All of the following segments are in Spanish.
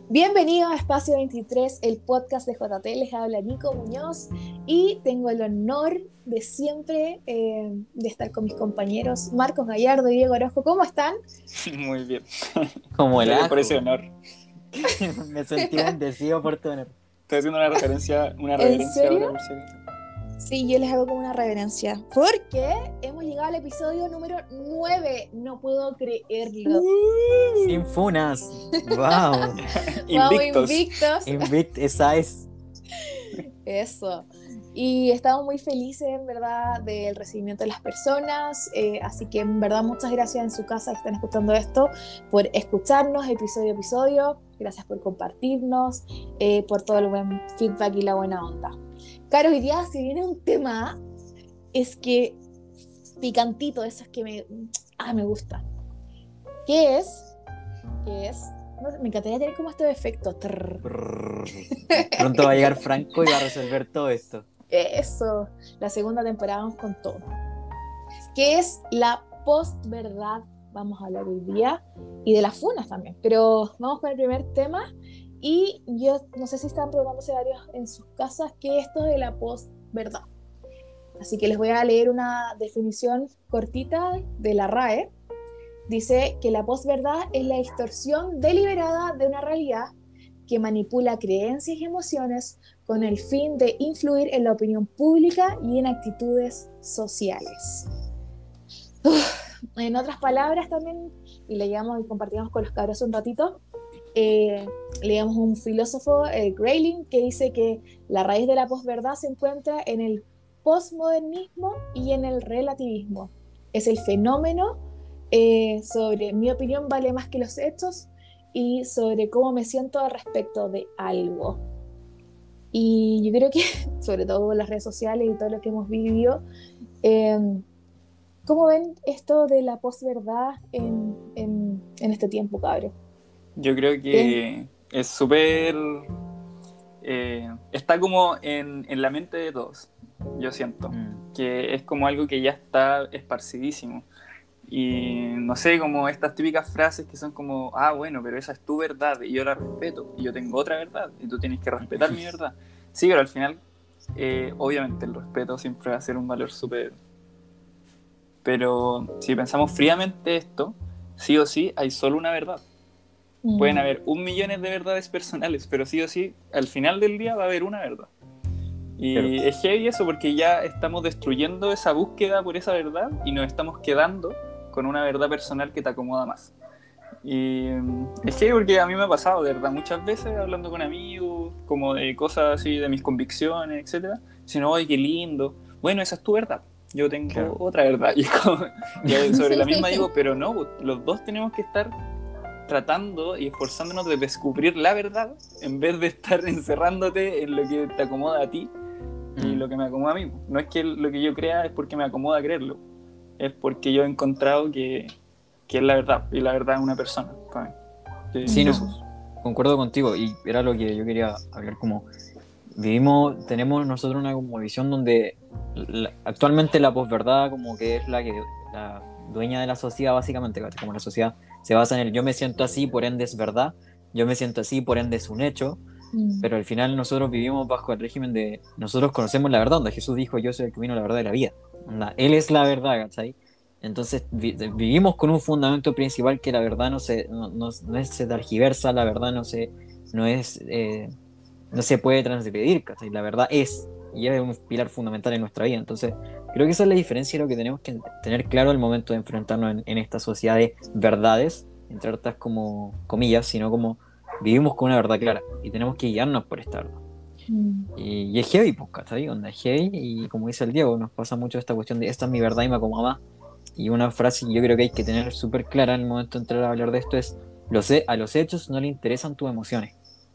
Bienvenido a Espacio 23, el podcast de JT. Les habla Nico Muñoz y tengo el honor de siempre de estar con mis compañeros Marcos Gallardo y Diego Orozco. ¿Cómo están? Muy bien. Como el Gracias por ese ajo. honor. Me sentí bendecido por tu honor. Estoy haciendo una ¿En reverencia serio? ahora por si acaso. Sí, yo les hago como una reverencia porque hemos llegado al episodio número 9. No puedo creerlo. Sin funas. Wow. Vamos Invictos. invictos. Esa es. Eso. Y estamos muy felices, en verdad, del recibimiento de las personas. Así que, en verdad, muchas gracias en su casa que están escuchando esto, por escucharnos episodio a episodio. Gracias por compartirnos, por todo el buen feedback y la buena onda. Claro, hoy día, si viene un tema, es que picantito, eso es que me gusta. ¿Qué es? No, me encantaría tener como estos efectos. Pronto va a llegar Franco y va a resolver todo esto. Eso, la segunda temporada vamos con todo. ¿Qué es la postverdad? Vamos a hablar hoy día y de las funas también, pero vamos con el primer tema. Y yo no sé si están preguntándose varios en sus casas qué es esto de la postverdad. Así que les voy a leer una definición cortita de la RAE. Dice que la posverdad es la distorsión deliberada de una realidad que manipula creencias y emociones con el fin de influir en la opinión pública y en actitudes sociales. En otras palabras también, y leíamos y compartíamos con los cabros un ratito, leíamos un filósofo, Grayling, que dice que la raíz de la posverdad se encuentra en el postmodernismo y en el relativismo. Es el fenómeno sobre mi opinión vale más que los hechos y sobre cómo me siento al respecto de algo. Y yo creo que, sobre todo las redes sociales y todo lo que hemos vivido, ¿cómo ven esto de la posverdad en este tiempo, cabrón? Yo creo que es súper... está como en la mente de todos, yo siento. Que es como algo que ya está esparcidísimo. Y no sé, como estas típicas frases que son como, bueno, pero esa es tu verdad y yo la respeto y yo tengo otra verdad y tú tienes que respetar mi verdad. Sí, pero al final, obviamente el respeto siempre va a ser un valor súper... Pero si pensamos fríamente esto, sí o sí hay solo una verdad. Pueden haber 1.000.000 de verdades personales, pero sí o sí, al final del día va a haber una verdad. Y Claro. es heavy eso porque ya estamos destruyendo esa búsqueda por esa verdad y nos estamos quedando con una verdad personal que te acomoda más. Y es heavy porque a mí me ha pasado, de verdad, muchas veces hablando con amigos, como de cosas así, de mis convicciones, etcétera, diciendo, ¡ay, qué lindo! Bueno, esa es tu verdad, yo tengo Claro. otra verdad. Y sobre la misma digo, pero no, los dos tenemos que estar tratando y esforzándonos de descubrir la verdad en vez de estar encerrándote en lo que te acomoda a ti y lo que me acomoda a mí. No es que lo que yo crea es porque me acomoda creerlo, es porque yo he encontrado que es la verdad, y la verdad es una persona también, que es Sí, no, Jesús. concuerdo contigo. Y era lo que yo quería hablar, como tenemos nosotros una como visión donde actualmente la posverdad como que es la dueña de la sociedad básicamente, ¿cachai? Como la sociedad se basa en el yo me siento así, por ende es verdad, yo me siento así, por ende es un hecho, pero al final nosotros vivimos bajo el régimen de nosotros conocemos la verdad, donde Jesús dijo yo soy el camino, la verdad y la vida, onda, Él es la verdad, ¿cachai? Entonces vivimos con un fundamento principal que la verdad se tergiversa, la verdad no es no se puede transgredir, ¿cachai? La verdad es, y es un pilar fundamental en nuestra vida. Entonces, creo que esa es la diferencia y lo que tenemos que tener claro al momento de enfrentarnos en esta sociedad de verdades, entre hartas como comillas, sino como vivimos con una verdad clara y tenemos que guiarnos por esta verdad. Y es heavy, pues, ¿cachai? Onda, es heavy y como dice el Diego, nos pasa mucho esta cuestión de esta es mi verdad y me acomoda más. Y una frase que yo creo que hay que tener súper clara en el momento de entrar a hablar de esto es, a los hechos no le interesan tus emociones.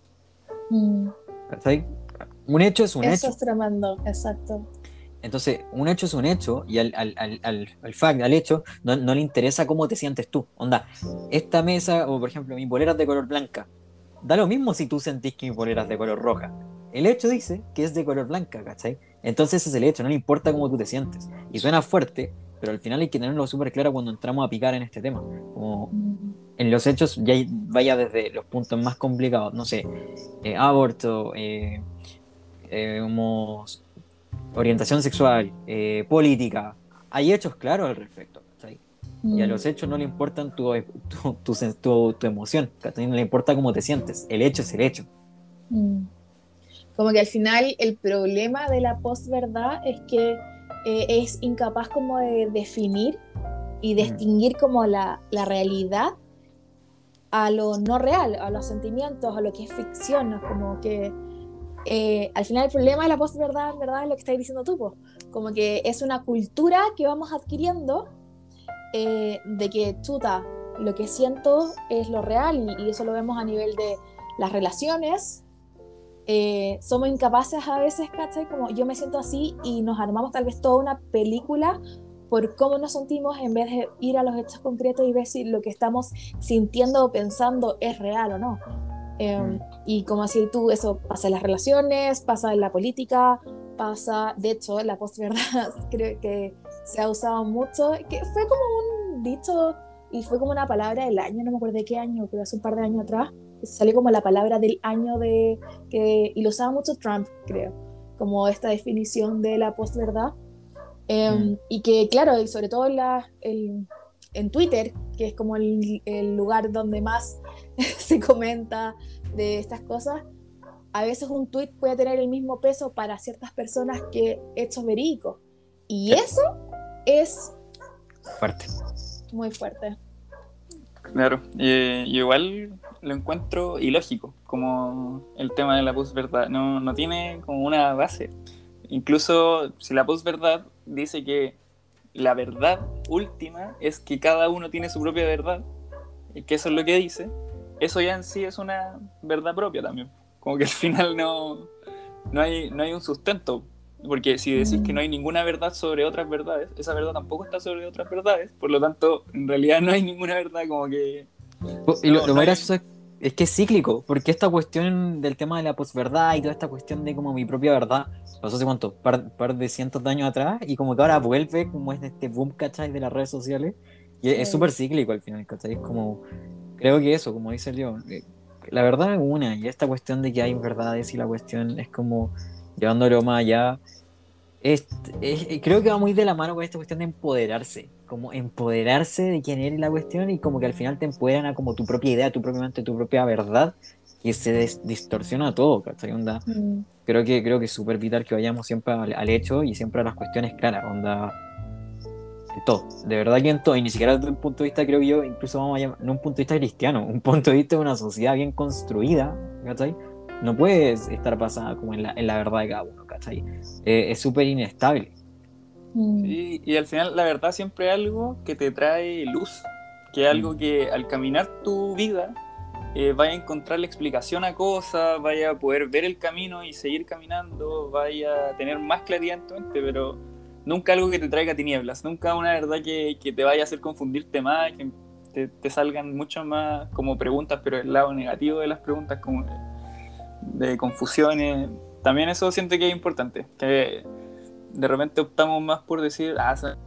¿Cachai? Un hecho es un Eso hecho. es tremendo, exacto. Entonces, un hecho es un hecho y al hecho no le interesa cómo te sientes tú. Onda, esta mesa, o por ejemplo, mi polera es de color blanca. Da lo mismo si tú sentís que mi polera es de color roja. El hecho dice que es de color blanca, ¿cachai? Entonces ese es el hecho, no le importa cómo tú te sientes. Y suena fuerte, pero al final hay que tenerlo súper claro cuando entramos a picar en este tema. Como en los hechos ya vaya desde los puntos más complicados, no sé, aborto, como orientación sexual, política, hay hechos claros al respecto, ¿cachai? Y a Mm, los hechos no le importan tu emoción, ¿cachai? No le importa cómo te sientes, el hecho es el hecho. mm. Como que al final el problema de la posverdad es que es incapaz como de definir y Mm, distinguir como la realidad a lo no real, a los sentimientos, a lo que es ficción, ¿no? Como que al final el problema de la posverdad, en verdad, es lo que estás diciendo tú, po. Como que es una cultura que vamos adquiriendo de que, chuta, lo que siento es lo real y eso lo vemos a nivel de las relaciones. Somos incapaces a veces, ¿cachai? Como yo me siento así y nos armamos tal vez toda una película por cómo nos sentimos en vez de ir a los hechos concretos y ver si lo que estamos sintiendo o pensando es real o no. mm. Y como así tú, eso pasa en las relaciones, pasa en la política, pasa, de hecho, en la posverdad creo que se ha usado mucho, que fue como un dicho y fue como una palabra del año, no me acuerdo de qué año, pero hace un par de años atrás, que salió como la palabra del año y lo usaba mucho Trump, creo, como esta definición de la posverdad. Mm. Y que, claro, y sobre todo en Twitter, que es como el lugar donde más se comenta de estas cosas, a veces un tweet puede tener el mismo peso para ciertas personas que hechos verídicos. Y Sí, eso es Fuerte. muy fuerte. claro. Y igual lo encuentro ilógico, como el tema de la posverdad. No, no tiene como una base. Incluso si la posverdad dice que la verdad última es que cada uno tiene su propia verdad, y que eso es lo que dice, eso ya en sí es una verdad propia también. Como que al final no hay un sustento. Porque si decís que no Mm, hay ninguna verdad sobre otras verdades, esa verdad tampoco está sobre otras verdades, por lo tanto, en realidad no hay ninguna verdad, como que Y lo, no, lo no más hay. gracioso es que es cíclico, porque esta cuestión del tema de la posverdad y toda esta cuestión de como mi propia verdad pasó hace cuánto, par de cientos de años atrás, y como que ahora vuelve como es este boom, ¿cachai? De las redes sociales, y es súper sí. cíclico al final, ¿cachai? Es como, creo que eso, como dice León, la verdad es una, y esta cuestión de que hay verdades y la cuestión es como llevándolo más allá. Es- Creo que va muy de la mano con esta cuestión de empoderarse, como empoderarse de quién eres la cuestión y como que al final te empoderan a como tu propia idea, tu propia mente, tu propia verdad, que se distorsiona todo, ¿cachai? Onda, Mm, creo que es súper vital que vayamos siempre al hecho y siempre a las cuestiones claras, onda, en todo, de verdad que en todo, y ni siquiera desde un punto de vista, creo yo, incluso vamos a llamar, no un punto de vista cristiano, un punto de vista de una sociedad bien construida, ¿cachai? No puedes estar basada como en la verdad de cada uno, ¿cachai? Es súper inestable. mm, Sí, y al final la verdad siempre es algo que te trae luz, que es Mm. algo que al caminar tu vida vaya a encontrar la explicación a cosas, vaya a poder ver el camino y seguir caminando, vaya a tener más claridad en tu mente, pero nunca algo que te traiga tinieblas, nunca una verdad que te vaya a hacer confundirte más, que te salgan mucho más como preguntas, pero el lado negativo de las preguntas, como de confusiones. También eso siento que es importante, que de repente optamos más por decir,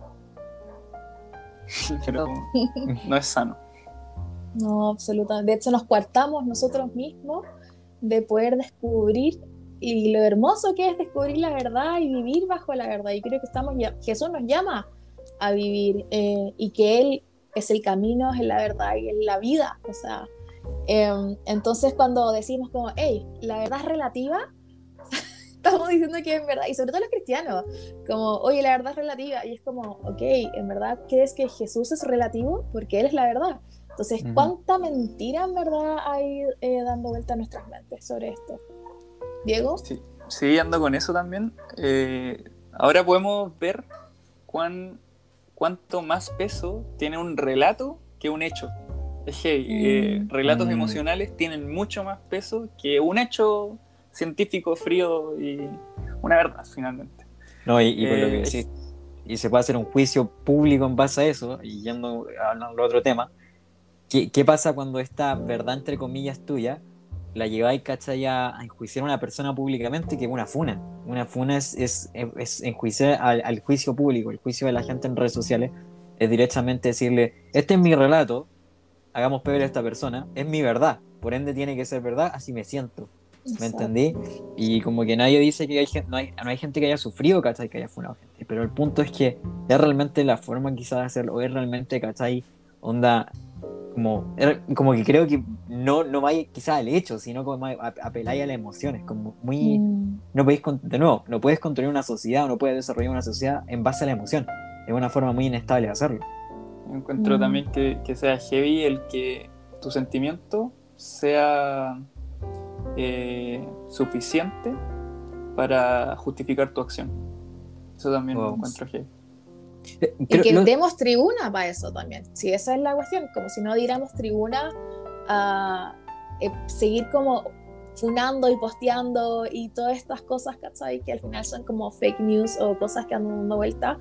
pero no es sano. no, absolutamente. De hecho, nos coartamos nosotros mismos de poder descubrir y lo hermoso que es descubrir la verdad y vivir bajo la verdad. Y creo que Jesús nos llama a vivir y que Él es el camino, es la verdad y es la vida. O sea, entonces cuando decimos como, hey, la verdad es relativa, estamos diciendo que es verdad, y sobre todo los cristianos, como, oye, la verdad es relativa, y es como, ok, ¿en verdad crees que Jesús es relativo? Porque Él es la verdad. Entonces, Ujú. ¿cuánta mentira en verdad hay dando vuelta a nuestras mentes sobre esto? Diego. Sí, sí, ando con eso también. Ahora podemos ver cuánto más peso tiene un relato que un hecho. Es que Mm, relatos Mm, emocionales tienen mucho más peso que un hecho científico frío y una verdad, finalmente. no, y por lo que Es, decís, y se puede hacer un juicio público en base a eso, y yendo hablando de otro tema, ¿qué pasa cuando esta verdad, entre comillas, tuya, la lleváis, ¿cachai? A enjuiciar a una persona públicamente, que es una funa? Una funa es enjuiciar al juicio público, el juicio de la gente en redes sociales, es directamente decirle, este es mi relato, hagamos peor a esta persona, es mi verdad, por ende tiene que ser verdad, así me siento. ¿Me entendí? Y como que nadie dice que no hay gente que haya sufrido, ¿cachai? Que haya funado gente. Pero el punto es que es realmente la forma quizás de hacerlo, o es realmente, ¿cachai? Onda, como que creo que no vaya quizás al hecho, sino como apeláis a las emociones, como muy... No podéis, de nuevo, no puedes construir una sociedad, o no puedes desarrollar una sociedad en base a la emoción. Es una forma muy inestable de hacerlo. Encuentro también que sea heavy el que tu sentimiento sea suficiente para justificar tu acción. Eso también lo encuentro heavy. Y que demos tribuna para eso también. Si esa es la cuestión, como si no diéramos tribuna a seguir como funando y posteando y todas estas cosas, ¿cachai? Que al final son como fake news o cosas que andan dando vuelta,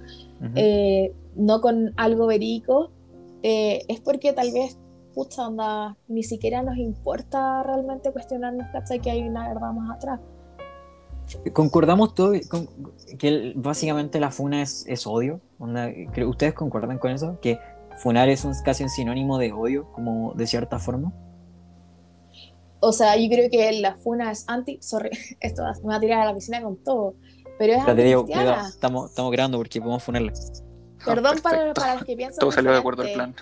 no con algo verídico, es porque tal vez, pucha, onda, ni siquiera nos importa realmente cuestionarnos, ¿cachai? Que hay una verdad más atrás. ¿Concordamos todos que básicamente la funa es odio? ¿Ustedes concuerdan con eso? ¿Que funar es casi un sinónimo de odio, como de cierta forma? O sea, yo creo que la funa es esto me va a tirar a la piscina con todo, pero es anticristiana. Estamos grabando porque podemos funarla. Perdón para los que piensan. Todo salió de acuerdo al plan.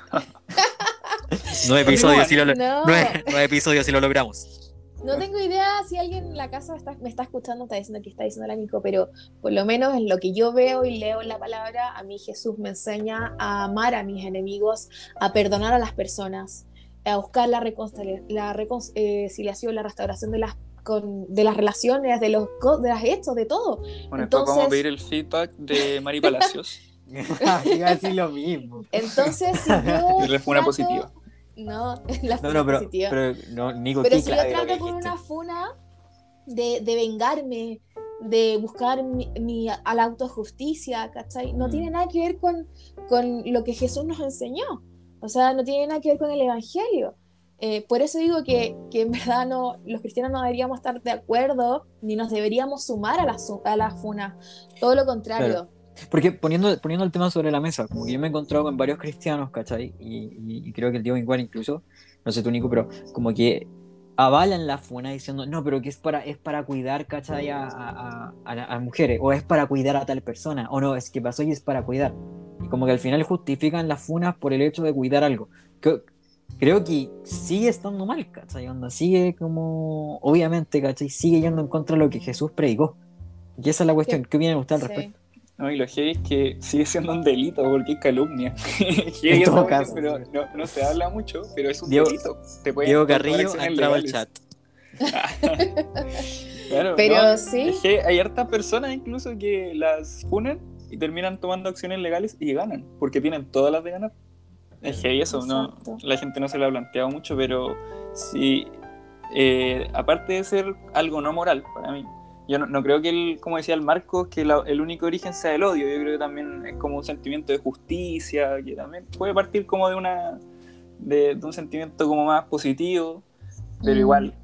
9 episodios si lo logramos. No tengo idea si alguien en la casa me está escuchando, está diciendo que está diciendo el amigo, pero por lo menos en lo que yo veo y leo en la palabra, a mí Jesús me enseña a amar a mis enemigos, a perdonar a las personas, a buscar la reconciliación, la restauración de las relaciones, de los hechos, de todo. Bueno, entonces vamos a pedir el feedback de Mari Palacios. Iba a decir lo mismo. Entonces, si yo y refuna positiva. No, la funa positiva. Nico, pero si yo trato con una funa de vengarme, de buscar a la autojusticia, ¿cachai? No tiene nada que ver con lo que Jesús nos enseñó. O sea, no tiene nada que ver con el Evangelio. Por eso digo que en verdad los cristianos no deberíamos estar de acuerdo, ni nos deberíamos sumar a la funa. Todo lo contrario. Claro. Porque poniendo el tema sobre la mesa, como que yo me he encontrado con varios cristianos, ¿cachai? Y creo que el tío igual incluso, no sé tú, Nico, pero como que avalan la funa diciendo, no, pero que es para cuidar, ¿cachai? A mujeres, o es para cuidar a tal persona, o no, es que pasó y es para cuidar. Y como que al final justifican las funas por el hecho de cuidar algo. Creo que sigue estando mal, ¿cachai? Onda, sigue como, obviamente, ¿cachai? Sigue yendo en contra de lo que Jesús predicó. Y esa es la cuestión. ¿Qué opinan ustedes al respecto? No, y lo heavy es que sigue siendo un delito porque es calumnia. En todo caso, pero no se habla mucho, pero es un delito. Diego Carrillo ha entrado al chat. Claro, pero sí. Es que hay hartas personas incluso que las funan y terminan tomando acciones legales y ganan, porque tienen todas las de ganar. Es heavy eso, ¿no? La gente no se lo ha planteado mucho, pero sí, aparte de ser algo no moral para mí, yo no creo que, como decía el Marcos, que el único origen sea el odio. Yo creo que también es como un sentimiento de justicia, que también puede partir como de un sentimiento como más positivo, pero igual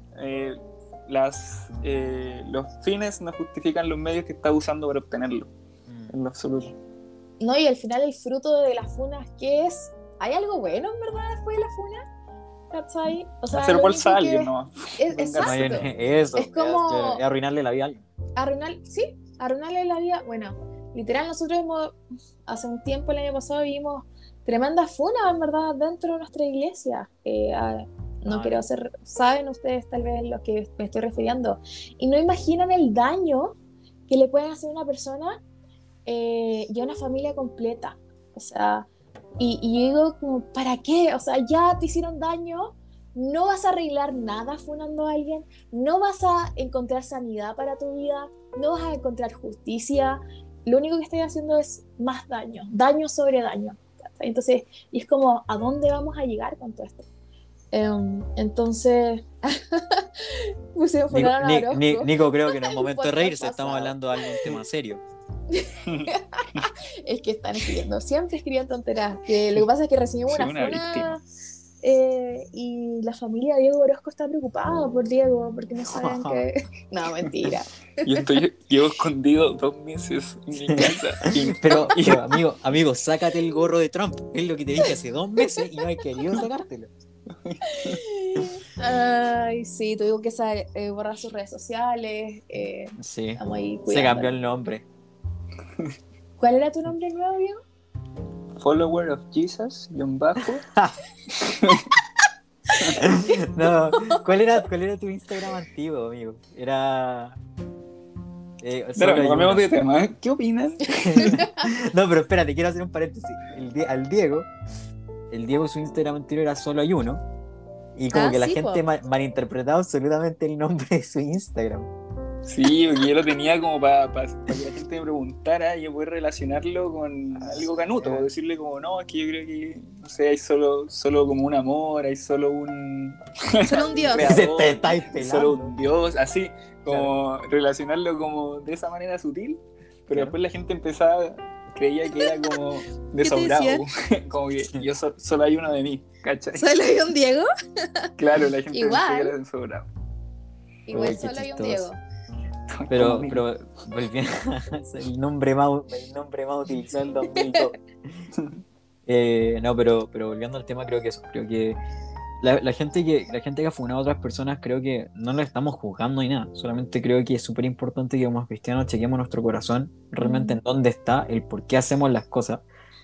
los fines no justifican los medios que está usando para obtenerlo, en lo absoluto. No, y al final el fruto de las funas, ¿qué es? ¿Hay algo bueno en verdad después de la funa? ¿Cachai? O sea, hacer bolsa a alguien, ¿no? Exacto. Eso, es como es arruinarle la vida a alguien. Arruinarle la vida. Bueno, literal, nosotros hace un tiempo, el año pasado, vimos tremendas funas, en verdad, dentro de nuestra iglesia. Quiero hacer, saben ustedes tal vez los que me estoy refiriendo. Y no imaginan el daño que le pueden hacer a una persona y a una familia completa. O sea, y yo digo como, ¿para qué? O sea, ya te hicieron daño, no vas a arreglar nada funando a alguien, no vas a encontrar sanidad para tu vida, no vas a encontrar justicia, lo único que estás haciendo es más daño sobre daño. Entonces, y es como, ¿a dónde vamos a llegar con todo esto? Entonces, Nico, creo que no es momento de reírse, estamos hablando de algún tema serio. Es que están siempre escribiendo tonteras. Lo que pasa es que recibimos una funa y la familia de Diego Orozco está preocupada por Diego porque no saben que... No, mentira. Yo llevo escondido 2 meses en mi casa. Pero amigo, sácate el gorro de Trump. Es lo que te dije hace 2 meses y no hay querido sacártelo. Ay, sí, tuvo que borrar sus redes sociales. Sí, Estamos ahí se cuidándolo. cambió el nombre. ¿Cuál era tu nombre nuevo, Diego? Follower of Jesus, _. No, ¿cuál era tu Instagram antiguo, amigo? Era... Pero solo hay cambiamos uno. de tema. ¿Qué opinas? No, pero espérate, quiero hacer un paréntesis. El Diego, su Instagram anterior era solo hay uno. Y como que la sí, gente po. malinterpretaba absolutamente el nombre de su Instagram. Sí, porque yo lo tenía como para que la gente me preguntara y yo poder relacionarlo con algo canuto, o decirle como, no, es que yo creo que, no sé, hay solo como un amor, hay solo un Solo un dios. creador, Te estáis hay solo pelando. un dios, así, como relacionarlo como de esa manera sutil, pero Claro. después la gente creía que era como desabrado, como que yo solo hay uno de mí, ¿cachai? ¿Solo hay un Diego? Claro, la gente Igual. pensó que era desabrado. Igual Uy, qué solo hay un chistoso. Diego. Pero Como volviendo el nombre más utilizado en 2002. No, pero volviendo al tema, creo que la gente que ha funado a otras personas, creo que no le estamos juzgando ni nada. Solamente creo que es súper importante que como cristianos chequemos nuestro corazón realmente en dónde está, el por qué hacemos las cosas.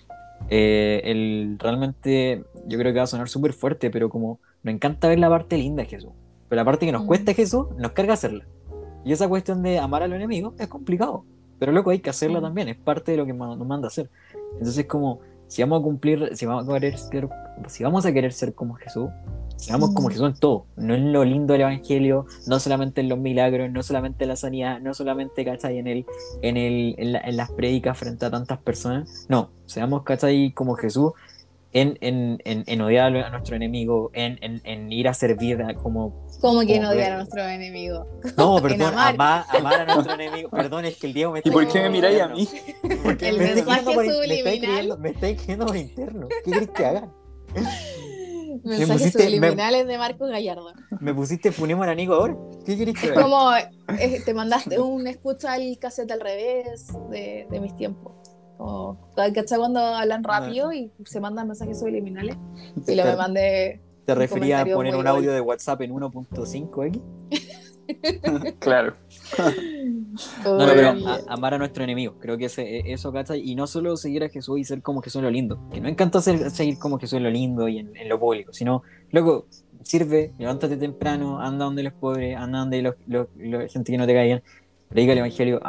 Realmente yo creo que va a sonar súper fuerte, pero como me encanta ver la parte linda de Jesús, pero la parte que nos cuesta Jesús nos carga hacerla. Y esa cuestión de amar a los enemigos es complicado, pero loco, hay que hacerla también, es parte de lo que nos manda a hacer. Entonces, como si vamos a querer ser como Jesús, seamos como Jesús en todo, no en lo lindo del evangelio, no solamente en los milagros, no solamente en la sanidad, no solamente, ¿cachai? En las prédicas frente a tantas personas, no, seamos, ¿cachai? Como Jesús en odiar a nuestro enemigo, en ir a servir Como que como no odiar a nuestro enemigo. no, perdón, amar. amar a nuestro enemigo. Perdón, es que el Diego me está ¿Y por qué me escribiendo miráis a interno. mí? ¿Por qué El me Me está mensaje escribiendo subliminal. me está escribiendo por interno. ¿Qué querés que haga? Mensajes pusiste- subliminales de Marco Gallardo. ¿Me pusiste funemos al amigo ahora? ¿Qué querés que Es haga? como te mandaste un escucha el cassette al revés de mis tiempos. Como, ¿cachai? Cuando hablan rápido y se mandan mensajes subliminales. Y lo me mandé. ¿Te un refería a comentario poner muy un audio de WhatsApp en 1.5x? Claro. No, pero Uy, amar a nuestro enemigo. Creo que eso, ¿cachai? Y no solo seguir a Jesús y ser como Jesús en lo lindo. Que no encanta seguir como Jesús en lo lindo y en lo público, sino, luego, sirve, levántate temprano, anda donde los pobres, anda donde la gente que no te caigan. Predica el evangelio,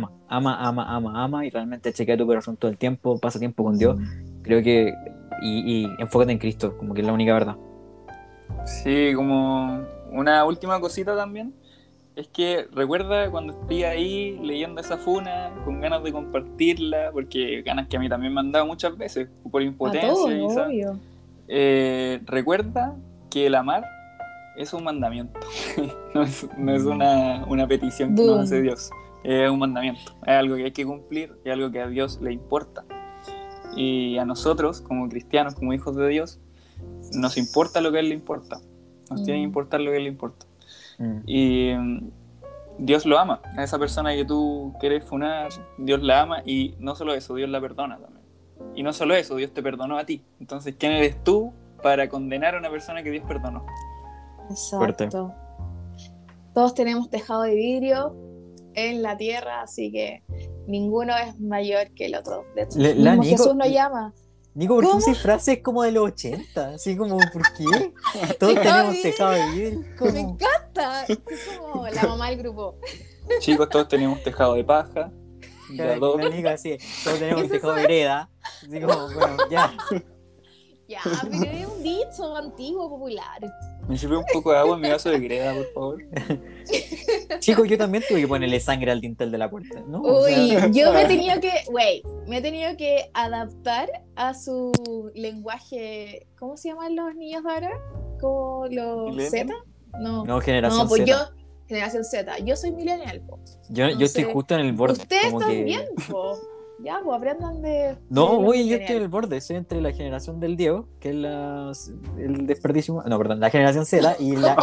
ama, y realmente chequea tu corazón todo el tiempo, pasa tiempo con Dios. Creo que, y enfócate en Cristo, como que es la única verdad. Sí, como una última cosita también. Es que recuerda cuando estoy ahí leyendo esa funa, con ganas de compartirla, porque ganas que a mí también me han dado muchas veces, por a impotencia todos, quizás. obvio. Recuerda que el amar es un mandamiento, no es una petición que nos hace Dios, es un mandamiento, es algo que hay que cumplir, es algo que a Dios le importa. Y a nosotros, como cristianos, como hijos de Dios, nos importa lo que a Él le importa, nos tiene que importar lo que a Él le importa. Y Dios lo ama, a esa persona que tú quieres funar, Dios la ama, y no solo eso, Dios la perdona también. Y no solo eso, Dios te perdonó a ti. Entonces, ¿quién eres tú para condenar a una persona que Dios perdonó? Exacto. Fuerte. Todos tenemos tejado de vidrio en la tierra, así que ninguno es mayor que el otro. De hecho, mismo Jesús nos llama. Nico, ¿por qué ¿Cómo? usas frases como de los 80? Así como, ¿por qué? Todos tenemos tejado de vidrio. Me encanta. Es como la mamá del grupo. Chicos, todos tenemos tejado de paja, de adobe. La Nico así, todos tenemos ¿Eso tejado de fue? vereda. Así como, bueno, ya. Ya, pero es un dicho antiguo, popular. Me sirve un poco de agua en mi vaso de greda, por favor. Chicos, yo también tuve que ponerle sangre al dintel de la puerta, ¿no? O Uy, sea, yo me he tenido que adaptar a su lenguaje. ¿Cómo se llaman los niños de ahora? ¿Como los ¿Millennial? Z? No, no, generación no, pues Z. yo, generación Z. Yo soy millennial, po. Yo estoy sé. justo en el borde. Ustedes como que... también, po. Ya, pues aprendan de. No, de los oye, yo estoy en millennials. el borde, soy entre la generación del Diego, que es el desperdicio, no, perdón, la generación Z y la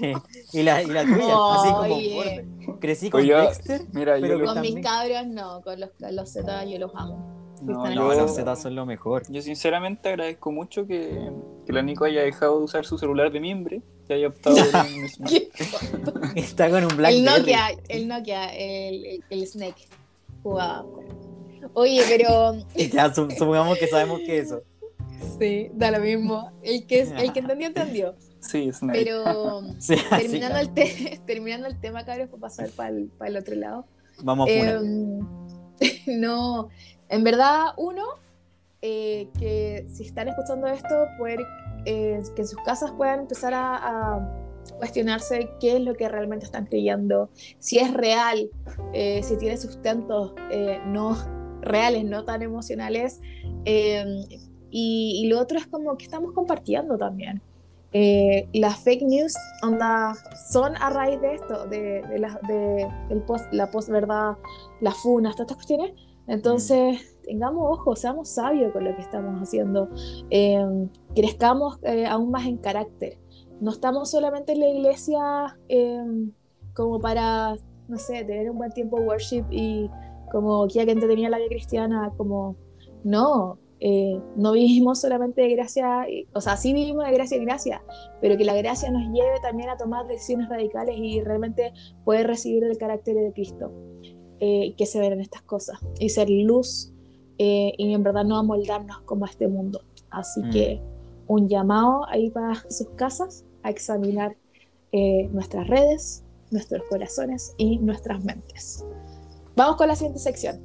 tuya, así como Oye. borde. Crecí con Pues yo, Dexter, mira, pero yo que Con también... mis cabros no, con los Z yo los amo. No, Están No, yo- los Z son lo mejor. Yo sinceramente agradezco mucho que la Nico haya dejado de usar su celular de mimbre y haya optado por un Smart. ¿Qué? Está con un El Blackberry. Nokia, el Snake. Jugaba. Oye, pero Ya, supongamos que sabemos que eso. sí, da lo mismo. El que entendió, entendió. Sí, Snake. Pero Sí, así, terminando, claro. terminando el tema, cabros, para pasar para el otro lado. Vamos a funar. No, en verdad, que si están escuchando esto, poder que en sus casas puedan empezar a cuestionarse qué es lo que realmente están creyendo, si es real, si tiene sustentos no reales, no tan emocionales. Y lo otro es como que estamos compartiendo también. Las fake news son a raíz de esto, la posverdad, las funas, todas estas cuestiones. Entonces, tengamos ojo, seamos sabios con lo que estamos haciendo, crezcamos aún más en carácter. No estamos solamente en la iglesia como para, no sé, tener un buen tiempo de worship y como que alguien te tenía la vida cristiana, como no. No vivimos solamente de gracia, o sea, sí vivimos de gracia en gracia, pero que la gracia nos lleve también a tomar decisiones radicales y realmente poder recibir el carácter de Cristo, que se ven en estas cosas, y ser luz, y en verdad no amoldarnos como a este mundo. Así que un llamado ahí para sus casas a examinar nuestras redes, nuestros corazones y nuestras mentes. Vamos con la siguiente sección.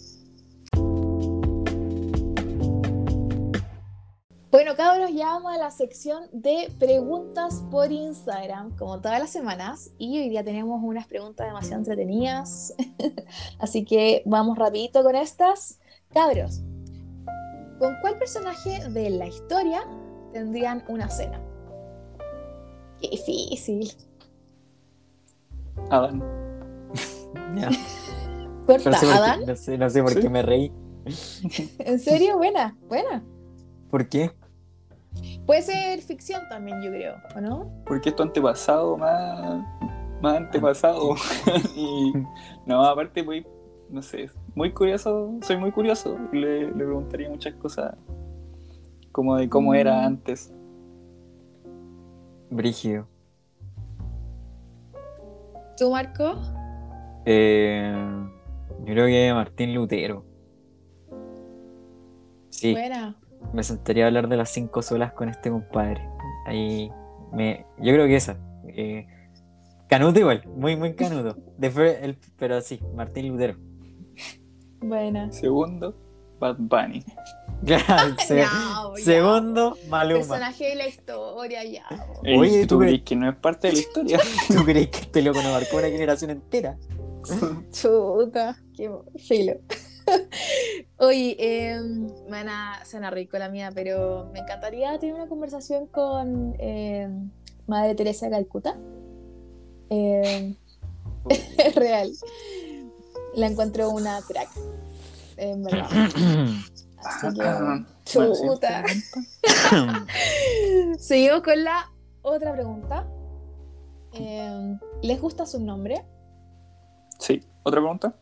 Bueno, cabros, ya vamos a la sección de preguntas por Instagram, como todas las semanas, y hoy día tenemos unas preguntas demasiado entretenidas, así que vamos rapidito con estas. Cabros, ¿con cuál personaje de la historia tendrían una cena? Qué difícil. Adán. Ya. Corta, No sé por qué- ¿Adán? no sé por Sí. qué me reí. ¿En serio? Buena, buena. ¿Por qué? Puede ser ficción también, yo creo, ¿o no? Porque es tu antepasado más antepasado. Y no, aparte, muy, no sé, muy curioso, soy muy curioso. Le preguntaría muchas cosas como de cómo era antes. Brígido. ¿Tú, Marco? Yo creo que Martín Lutero. Sí, Buena. me sentaría a hablar de las 5 solas con este compadre. Yo creo que esa. Canuto igual, muy, muy canuto. Pero sí, Martín Lutero. Buena. Segundo, Bad Bunny. Claro, No, ya. segundo, Maluma. Personaje de la historia, ya. Oye, ¿tú ¿tú crees que no es parte de la historia? ¿Tú crees que este loco nos marcó una generación entera? Chuta, qué filo. Oye, suena rico la mía, pero me encantaría tener una conversación con Madre Teresa de Calcuta. Es real. La encuentro una crack, en verdad. Así que, Bueno, chuta. Seguimos con la otra pregunta. ¿Les gusta su nombre? Sí, ¿otra pregunta?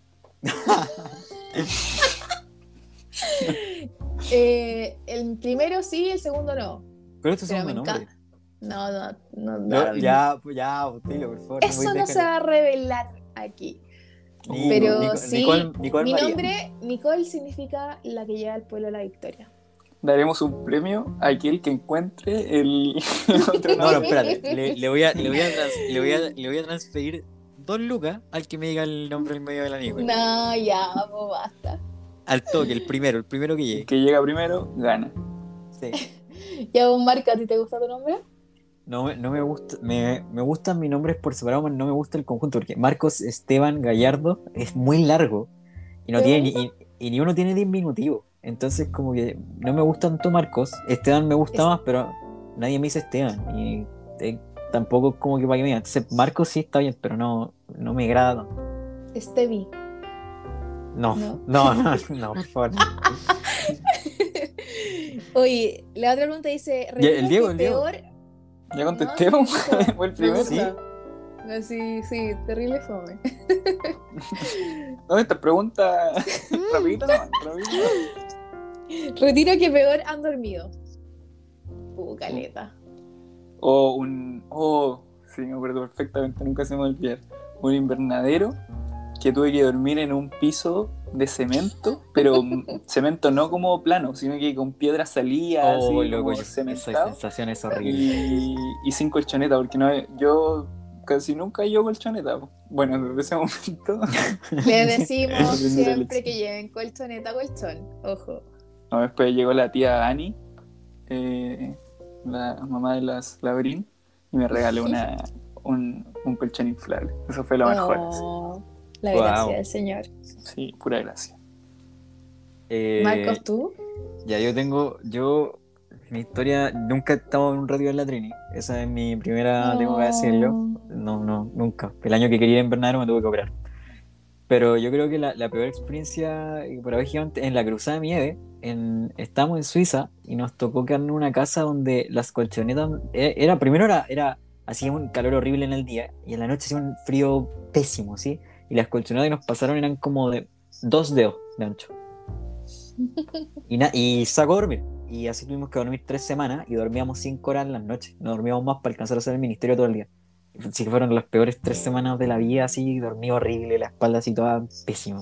El primero sí, el segundo no. Pero estos Pero son me nombres. encanta. No, da lo mismo. Ya, Botilo, por favor. Eso no se va a revelar aquí. Ni- Pero Nico- sí, Nicole mi María. nombre, Nicole, significa la que lleva al pueblo a la victoria. Daremos un premio a aquel que encuentre el otro No, no, nombre. espérate. Le voy a transferir 2 lucas al que me diga el nombre en medio de la Nicole. No, ya, pues basta. Al toque, el primero que El llegue. que llega primero, gana. Sí. Ya, vos, Marca, ¿a ti te gusta tu nombre? No me gusta, me gustan mis nombres por separado, pero no me gusta el conjunto, porque Marcos Esteban Gallardo es muy largo y no ¿Qué tiene ni uno tiene diminutivo. Entonces como que no me gusta tanto Marcos. Esteban me gusta más, pero nadie me dice Esteban. Y tampoco es como que para que me digan. Entonces Marcos sí está bien, pero no me agrada tanto. Stevie. No, por favor. Oye, la otra pregunta dice: el Diego, que el Diego. peor. ¿Ya contesté? No, sí, Fue el me primero. gusta. No, sí, terrible fome. ¿Dónde esta pregunta? Rapidito, no, rapidito. Retiro que peor han dormido. Caleta. Sí, me acuerdo perfectamente, nunca se me va a olvidar. Un invernadero que tuve que dormir en un piso de cemento, pero cemento no como plano, sino que con piedras salidas, así Loco, como esa cementado. sensación es horrible. Y sin colchoneta, porque no, yo casi nunca llevo colchoneta. Bueno, desde ese momento. Les decimos Aprendí la siempre lección. que lleven colchoneta, colchón. Ojo. No, después llegó la tía Ani, la mamá de las Labrín, y me regaló un colchón inflable. Eso fue lo mejor. Oh, la Wow. gracia del Señor. Sí, pura gracia. Marcos, ¿tú? Ya mi historia, nunca he estado en un radio en la Trini. Esa es mi primera, tengo que decirlo. No, nunca. El año que quería ir en invernadero me tuve que operar. Pero yo creo que la peor experiencia por haber gigante en la Cruzada de Nieve, estábamos en Suiza y nos tocó quedarnos en una casa donde las colchonetas, primero hacía un calor horrible en el día y en la noche hacía un frío pésimo, ¿sí? Y las colchonetas que nos pasaron eran como de 2 dedos de ancho. Y sacó a dormir. Y así tuvimos que dormir 3 semanas y dormíamos 5 horas en las noches. No dormíamos más para alcanzar a hacer el ministerio todo el día. Así que fueron las peores 3 semanas de la vida, así, dormí horrible, la espalda así toda pésimo.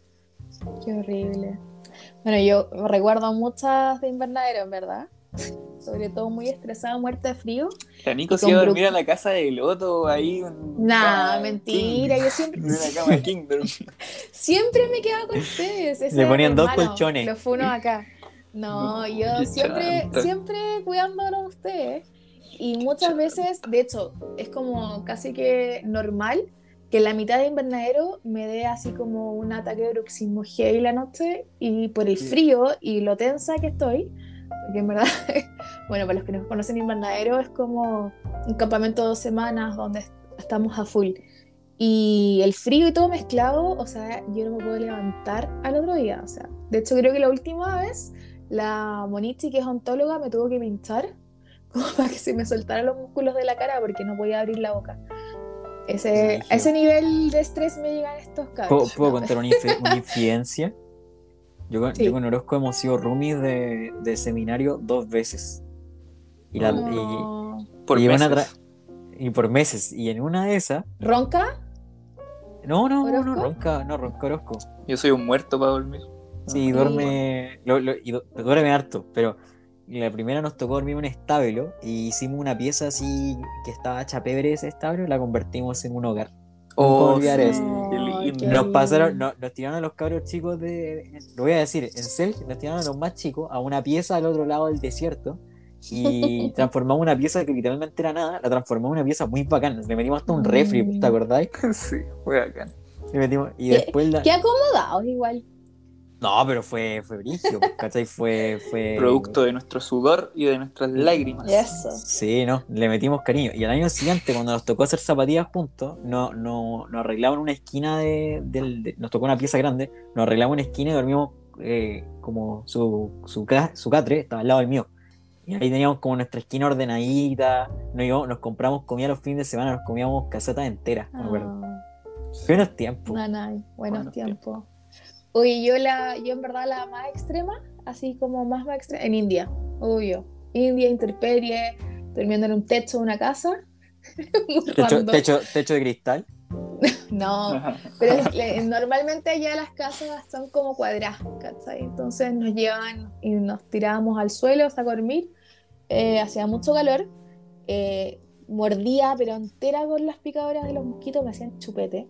Qué horrible. Bueno, yo recuerdo muchas de invernadero, en verdad. Sobre todo muy estresada, muerta de frío. La Nico Y se iba a con dormir a la casa de Loto, ahí. Nah, mentira, king. yo siempre, En una cama king. siempre me quedaba con ustedes. Ese Le ponían es 2 malo, colchones. los funos acá. No, No, yo qué siempre chanta. cuidándolo a ustedes. Y muchas veces, de hecho, es como casi que normal que en la mitad de invernadero me dé así como un ataque de bruxismo heavy la noche y por el frío y lo tensa que estoy, porque en verdad, bueno, para los que no conocen invernadero es como un campamento de 2 semanas donde estamos a full. Y el frío y todo mezclado, o sea, yo no me puedo levantar al otro día, o sea, de hecho creo que la última vez la Monichi, que es ontóloga, me tuvo que pinchar como para que se me soltaran los músculos de la cara porque no podía abrir la boca. A ese nivel de estrés me llegan estos cabros. ¿Puedo contar una infidencia? Sí. Yo con Orozco hemos sido roomies de seminario 2 veces. Y Por y meses. y por meses. Y en una de esas. ¿Ronca? No ¿Orozco? ronca Orozco. Yo soy un muerto para dormir. Sí, duerme. Duerme harto, pero la primera nos tocó dormir en un establo y hicimos una pieza así que estaba hecha pebre ese establo y la convertimos en un hogar. Nunca voy a olvidar sí, eso. qué lindo. qué Nos pasaron, lindo. nos tiraron a los cabros chicos lo voy a decir, en Cel, nos tiraron a los más chicos a una pieza al otro lado del desierto y transformamos una pieza que literalmente era nada, la transformamos en una pieza muy bacana. Le metimos hasta un refri, ¿te acordáis? Sí, fue acá. Le metimos, y después Qué acomodados igual. No, pero fue brígido, ¿cachai? Fue Producto de nuestro sudor y de nuestras lágrimas. Eso. Sí, no, le metimos cariño. Y al año siguiente, cuando nos tocó hacer zapatillas juntos, nos arreglamos una esquina nos tocó una pieza grande, nos arreglamos una esquina y dormimos como su catre estaba al lado del mío. Y ahí teníamos como nuestra esquina ordenadita, nos compramos comida los fines de semana, nos comíamos casetas enteras, me acuerdo. Buenos tiempos. Buenos tiempos. Oye, yo en verdad la más extrema, así como más extrema, en India, obvio. India, intemperie, durmiendo en un techo de una casa. Muy random. Techo de cristal. No, pero normalmente allá las casas son como cuadradas, ¿cachai? Entonces nos llevan y nos tirábamos al suelo a dormir. Hacía mucho calor. Mordía, pero entera con las picadoras de los mosquitos, me hacían chupete.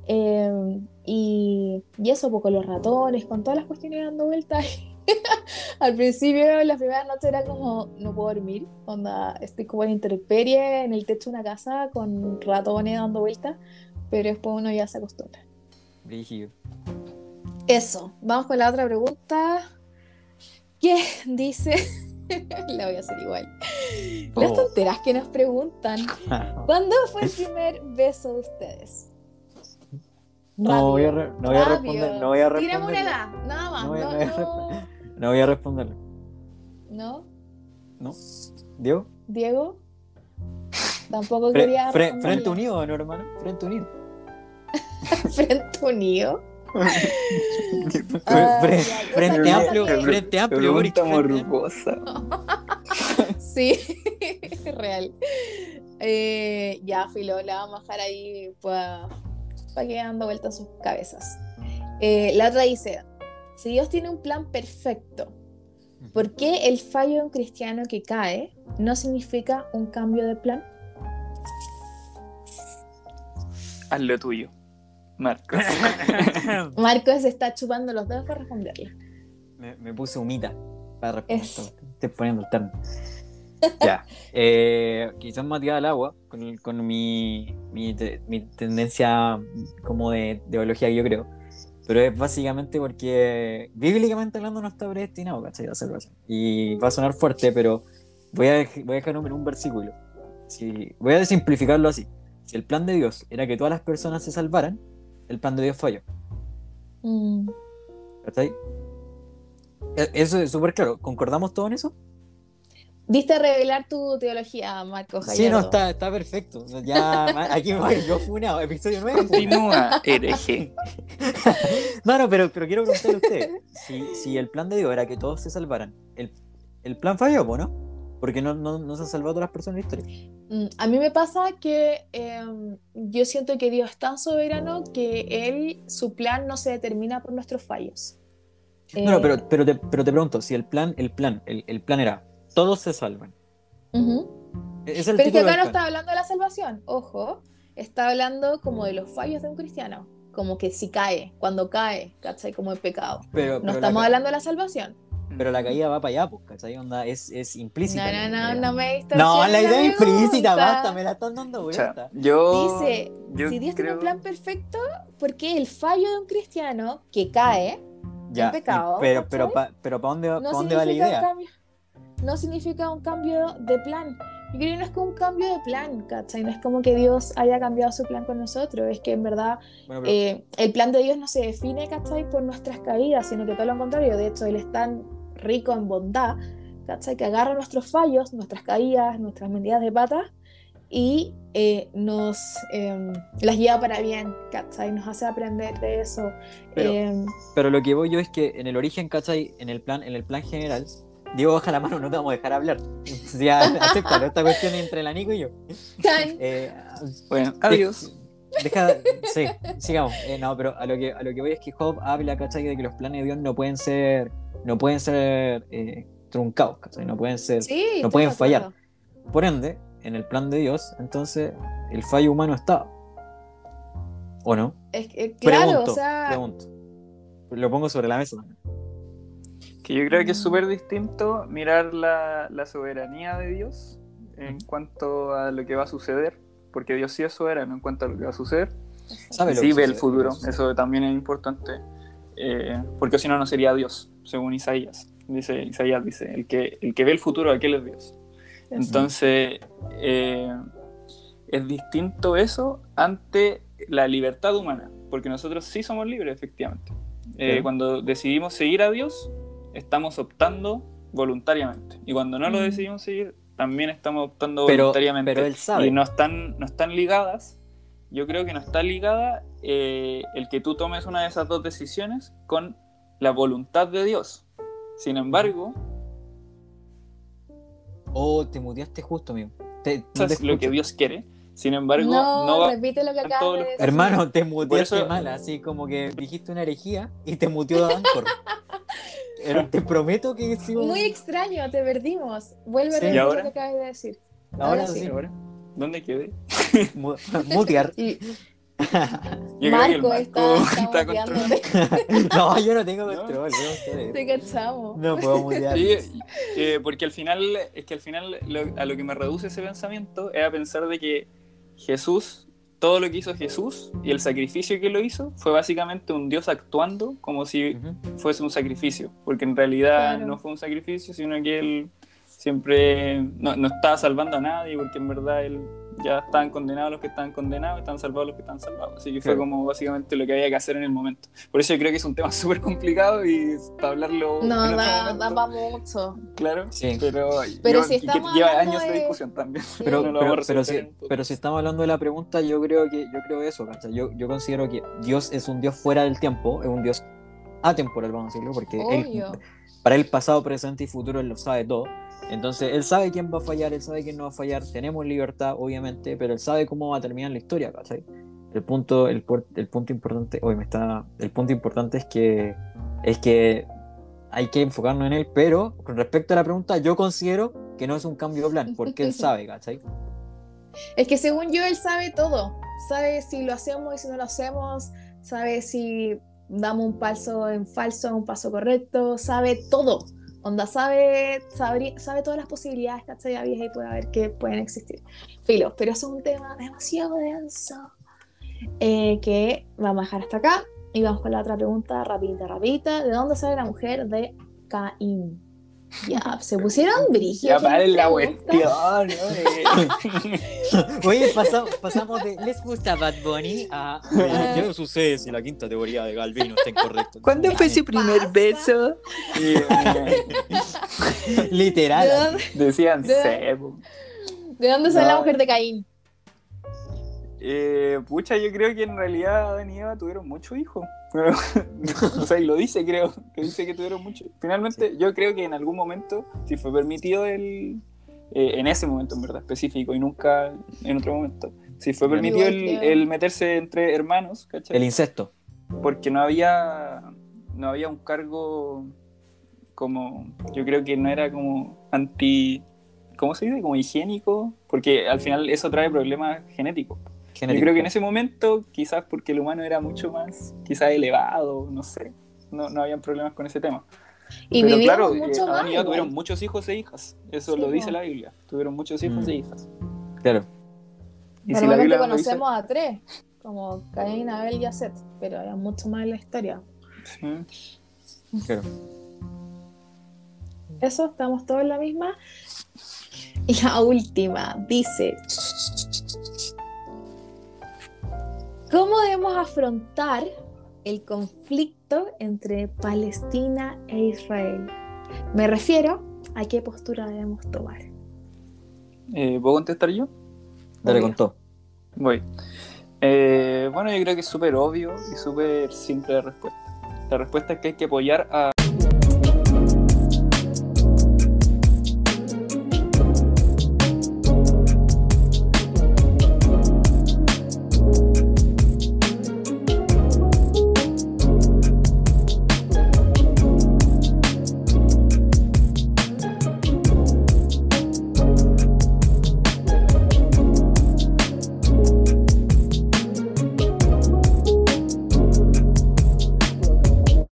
Y eso, pues, con los ratones, con todas las cuestiones dando vueltas. Al principio, las primeras noches era como, no puedo dormir, onda, estoy como en intemperie, en el techo de una casa, con ratones dando vueltas, pero después uno ya se acostumbra. Brígido. Eso, vamos con la otra pregunta. ¿Qué dice? La voy a hacer igual. Las tonteras que nos preguntan. ¿Cuándo fue el primer beso de ustedes? No voy a responder. No voy a responder. Tírame una edad, nada más. No voy a responderlo. ¿No? ¿No? ¿Diego? ¿Diego? Tampoco quería Frente unido, ¿no, hermano? Frente unido. ¿Frente unido? Ah, Fre- ya, Frente cosa amplio, que- frente amplio, Boric. Pregunta Frente amplio. morbosa. Sí, real. Ya, filo, la vamos a dejar ahí para que dando vueltas sus cabezas. La otra dice, si Dios tiene un plan perfecto, ¿por qué el fallo de un cristiano que cae no significa un cambio de plan? Haz lo tuyo, Marcos. Marcos se está chupando los dedos para responderle. Me puse humita para responder Es- esto. Estoy poniendo el termo. Ya. Quizás me ha tirado al agua con mi tendencia como de biología que yo creo. Pero es básicamente porque bíblicamente hablando no está predestinado, ¿cachai? A hacerlo así. Y va a sonar fuerte, pero voy a dejar en un versículo. Voy a simplificarlo así. Si el plan de Dios era que todas las personas se salvaran, el plan de Dios falló. Mm, ¿Cachai? Eso es súper claro. ¿Concordamos todos en eso? Diste a revelar tu teología, Marcos Sí, no, Gallardo. está perfecto. Ya, aquí me voy, yo funado, episodio 9. Continúa, hereje. No, pero quiero preguntarle a usted, si el plan de Dios era que todos se salvaran, el plan falló, ¿po, no? Porque no se han salvado todas las personas en la historia. A mí me pasa que yo siento que Dios es tan soberano que su plan no se determina por nuestros fallos. No, Eh, pero te pregunto, si el plan era todos se salvan. Ujú. Es el Pero es que título acá del no plan. está hablando de la salvación, ojo, está hablando como de los fallos de un cristiano, como que si cae, cuando cae, ¿cachai? Como el pecado. Pero No la estamos ca- hablando de la salvación. Pero la caída va para allá, pues, ¿cachai? Onda, es No, implícita. no, la no, idea. no me No, distorsiones la idea la es implícita, pregunta. basta, me la están dando O sea, vuelta. Dice, yo si Dios tiene un creo- plan perfecto, ¿por qué el fallo de un cristiano que cae en pecado, pero ¿cachai? ¿para dónde va, no pa' dónde va la significa un idea? cambio, no significa un cambio de plan? Yo creo que no es como un cambio de plan, ¿cachai? No es como que Dios haya cambiado su plan con nosotros, es que en verdad Bueno, pero, el plan de Dios no se define, ¿cachai? Por nuestras caídas, sino que todo lo contrario. De hecho, Él es tan rico en bondad, ¿cachai? Que agarra nuestros fallos, nuestras caídas, nuestras metidas de patas y nos las lleva para bien, ¿cachai? Nos hace aprender de eso. Pero- Eh, pero lo que voy yo es que en el origen, ¿cachai? En el plan general, Diego, baja la mano, no te vamos a dejar hablar. Ya, acéptalo, esta cuestión es entre la Nico y yo. tan- Bueno, adiós. Sí, sigamos. No, pero a lo que voy es que Job habla, ¿cachai? De que los planes de Dios no pueden ser truncados, ¿cachai? No pueden sí, estoy pueden de fallar. acuerdo. Por ende, en el plan de Dios, entonces, el fallo humano está. ¿O no? Es que, claro, o sea, Pregunto. Lo pongo sobre la mesa también. Que yo creo que es súper distinto mirar la soberanía de Dios en cuanto a lo que va a suceder, porque Dios sí es soberano en cuanto a lo que va a suceder. ¿Sabe lo Sí que ve el sucede? futuro, eso también es importante, porque si no, no sería Dios, según Isaías. Isaías dice, el que ve el futuro, aquel es Dios. Entonces, es distinto eso ante la libertad humana, porque nosotros sí somos libres, efectivamente. Claro. Cuando decidimos seguir a Dios, estamos optando voluntariamente. Y cuando no lo decidimos seguir, también estamos optando voluntariamente. Pero él sabe. Y no están ligadas. Yo creo que no está ligada el que tú tomes una de esas dos decisiones con la voluntad de Dios. Sin embargo, Oh, te muteaste justo, amigo. No eso te es lo que escucho. Dios quiere. Sin embargo, no, no va. repite lo que acabas todos de los- decir. Hermano, te Por muteaste eso- mal, así como que dijiste una herejía y te muteó Anchor. Te prometo que sigo. Muy extraño, te perdimos. Vuelve a Sí. repetir ¿Y ahora? lo que acabas de decir. Ahora ahora sí. sí. Ahora, ¿dónde quedé? Mu- Mutear. Y Yo creo que el Marco está está muteándote. No, yo no tengo ¿No? control. veo ustedes. Te cachamos. No puedo mutear. Sí, porque al final a lo que me reduce ese pensamiento es a pensar de que Jesús, todo lo que hizo Jesús y el sacrificio que lo hizo fue básicamente un Dios actuando como si Ujú. fuese un sacrificio, porque en realidad Claro. no fue un sacrificio, sino que él siempre no estaba salvando a nadie, porque en verdad él ya estaban condenados los que estaban condenados, estaban salvados los que estaban salvados. Así que fue Claro. como básicamente lo que había que hacer en el momento. Por eso yo creo que es un tema súper complicado y para hablarlo No, en otro da momento, para mucho. claro, Sí. Pero si y que estamos lleva hablando años de de- discusión también. Pero, No lo vamos a pero, resolver en un si, podcast. pero si estamos hablando de la pregunta, yo creo eso, ¿cachai? Yo considero que Dios es un Dios fuera del tiempo, es un Dios atemporal, vamos a decirlo, porque Obvio. para él pasado, presente y futuro, él lo sabe todo. Entonces, él sabe quién va a fallar, él sabe quién no va a fallar, tenemos libertad, obviamente, pero él sabe cómo va a terminar la historia, ¿cachai? El punto importante, el punto importante es que hay que enfocarnos en él, pero con respecto a la pregunta, yo considero que no es un cambio de plan, porque él sabe, ¿cachai? Es que según yo, él sabe todo. Sabe si lo hacemos y si no lo hacemos. Sabe si damos un paso en falso, un paso correcto. Sabe todo. Onda, sabe todas las posibilidades, ¿cachai? Había y puede haber que pueden existir. Filo, pero eso es un tema demasiado denso. Que vamos a dejar hasta acá. Y vamos con la otra pregunta, rapidita. ¿De dónde sale la mujer de Caín? Ya, se pusieron brígidos. Ya paren la preguntas. cuestión, ¿no? Oye, pasamos de ¿les gusta Bad Bunny? A ¿qué no sucede si la quinta teoría de Galvino está incorrecta? ¿Cuándo fue su pasa? primer beso? Y, Literal. ¿De dónde, decían ¿De- sebo. de dónde sale la No. mujer de Caín? Pucha, yo creo que en realidad Adán y Eva tuvieron muchos hijos. O sea, y lo dice, creo, que dice que tuvieron muchos. Finalmente, yo creo que en algún momento, si fue permitido en ese momento en verdad específico y nunca en otro momento, si fue Igual permitido creo. el meterse entre hermanos, ¿cachai? El incesto. Porque no había un cargo como, yo creo que no era como ¿cómo se dice? Como higiénico, porque al final eso trae problemas genéticos. Yo creo que en ese momento, quizás porque el humano era mucho más, quizás elevado, no sé, no habían problemas con ese tema. Y Pero vivimos claro, mucho Adán más. y Eva igual. tuvieron muchos hijos e hijas, eso Sí, lo dice po. la Biblia, tuvieron muchos hijos e hijas. Claro. Y si la Normalmente Biblia no lo dice, conocemos a tres, como Caín, Abel y a Set, pero hay mucho más en la historia. sí. Claro. Eso, estamos todos en la misma. Y la última dice: ¿cómo debemos afrontar el conflicto entre Palestina e Israel? Me refiero a qué postura debemos tomar. ¿Puedo contestar yo? Dale Obvio. con todo. Voy. Bueno, yo creo que es súper obvio y súper simple la respuesta. La respuesta es que hay que apoyar a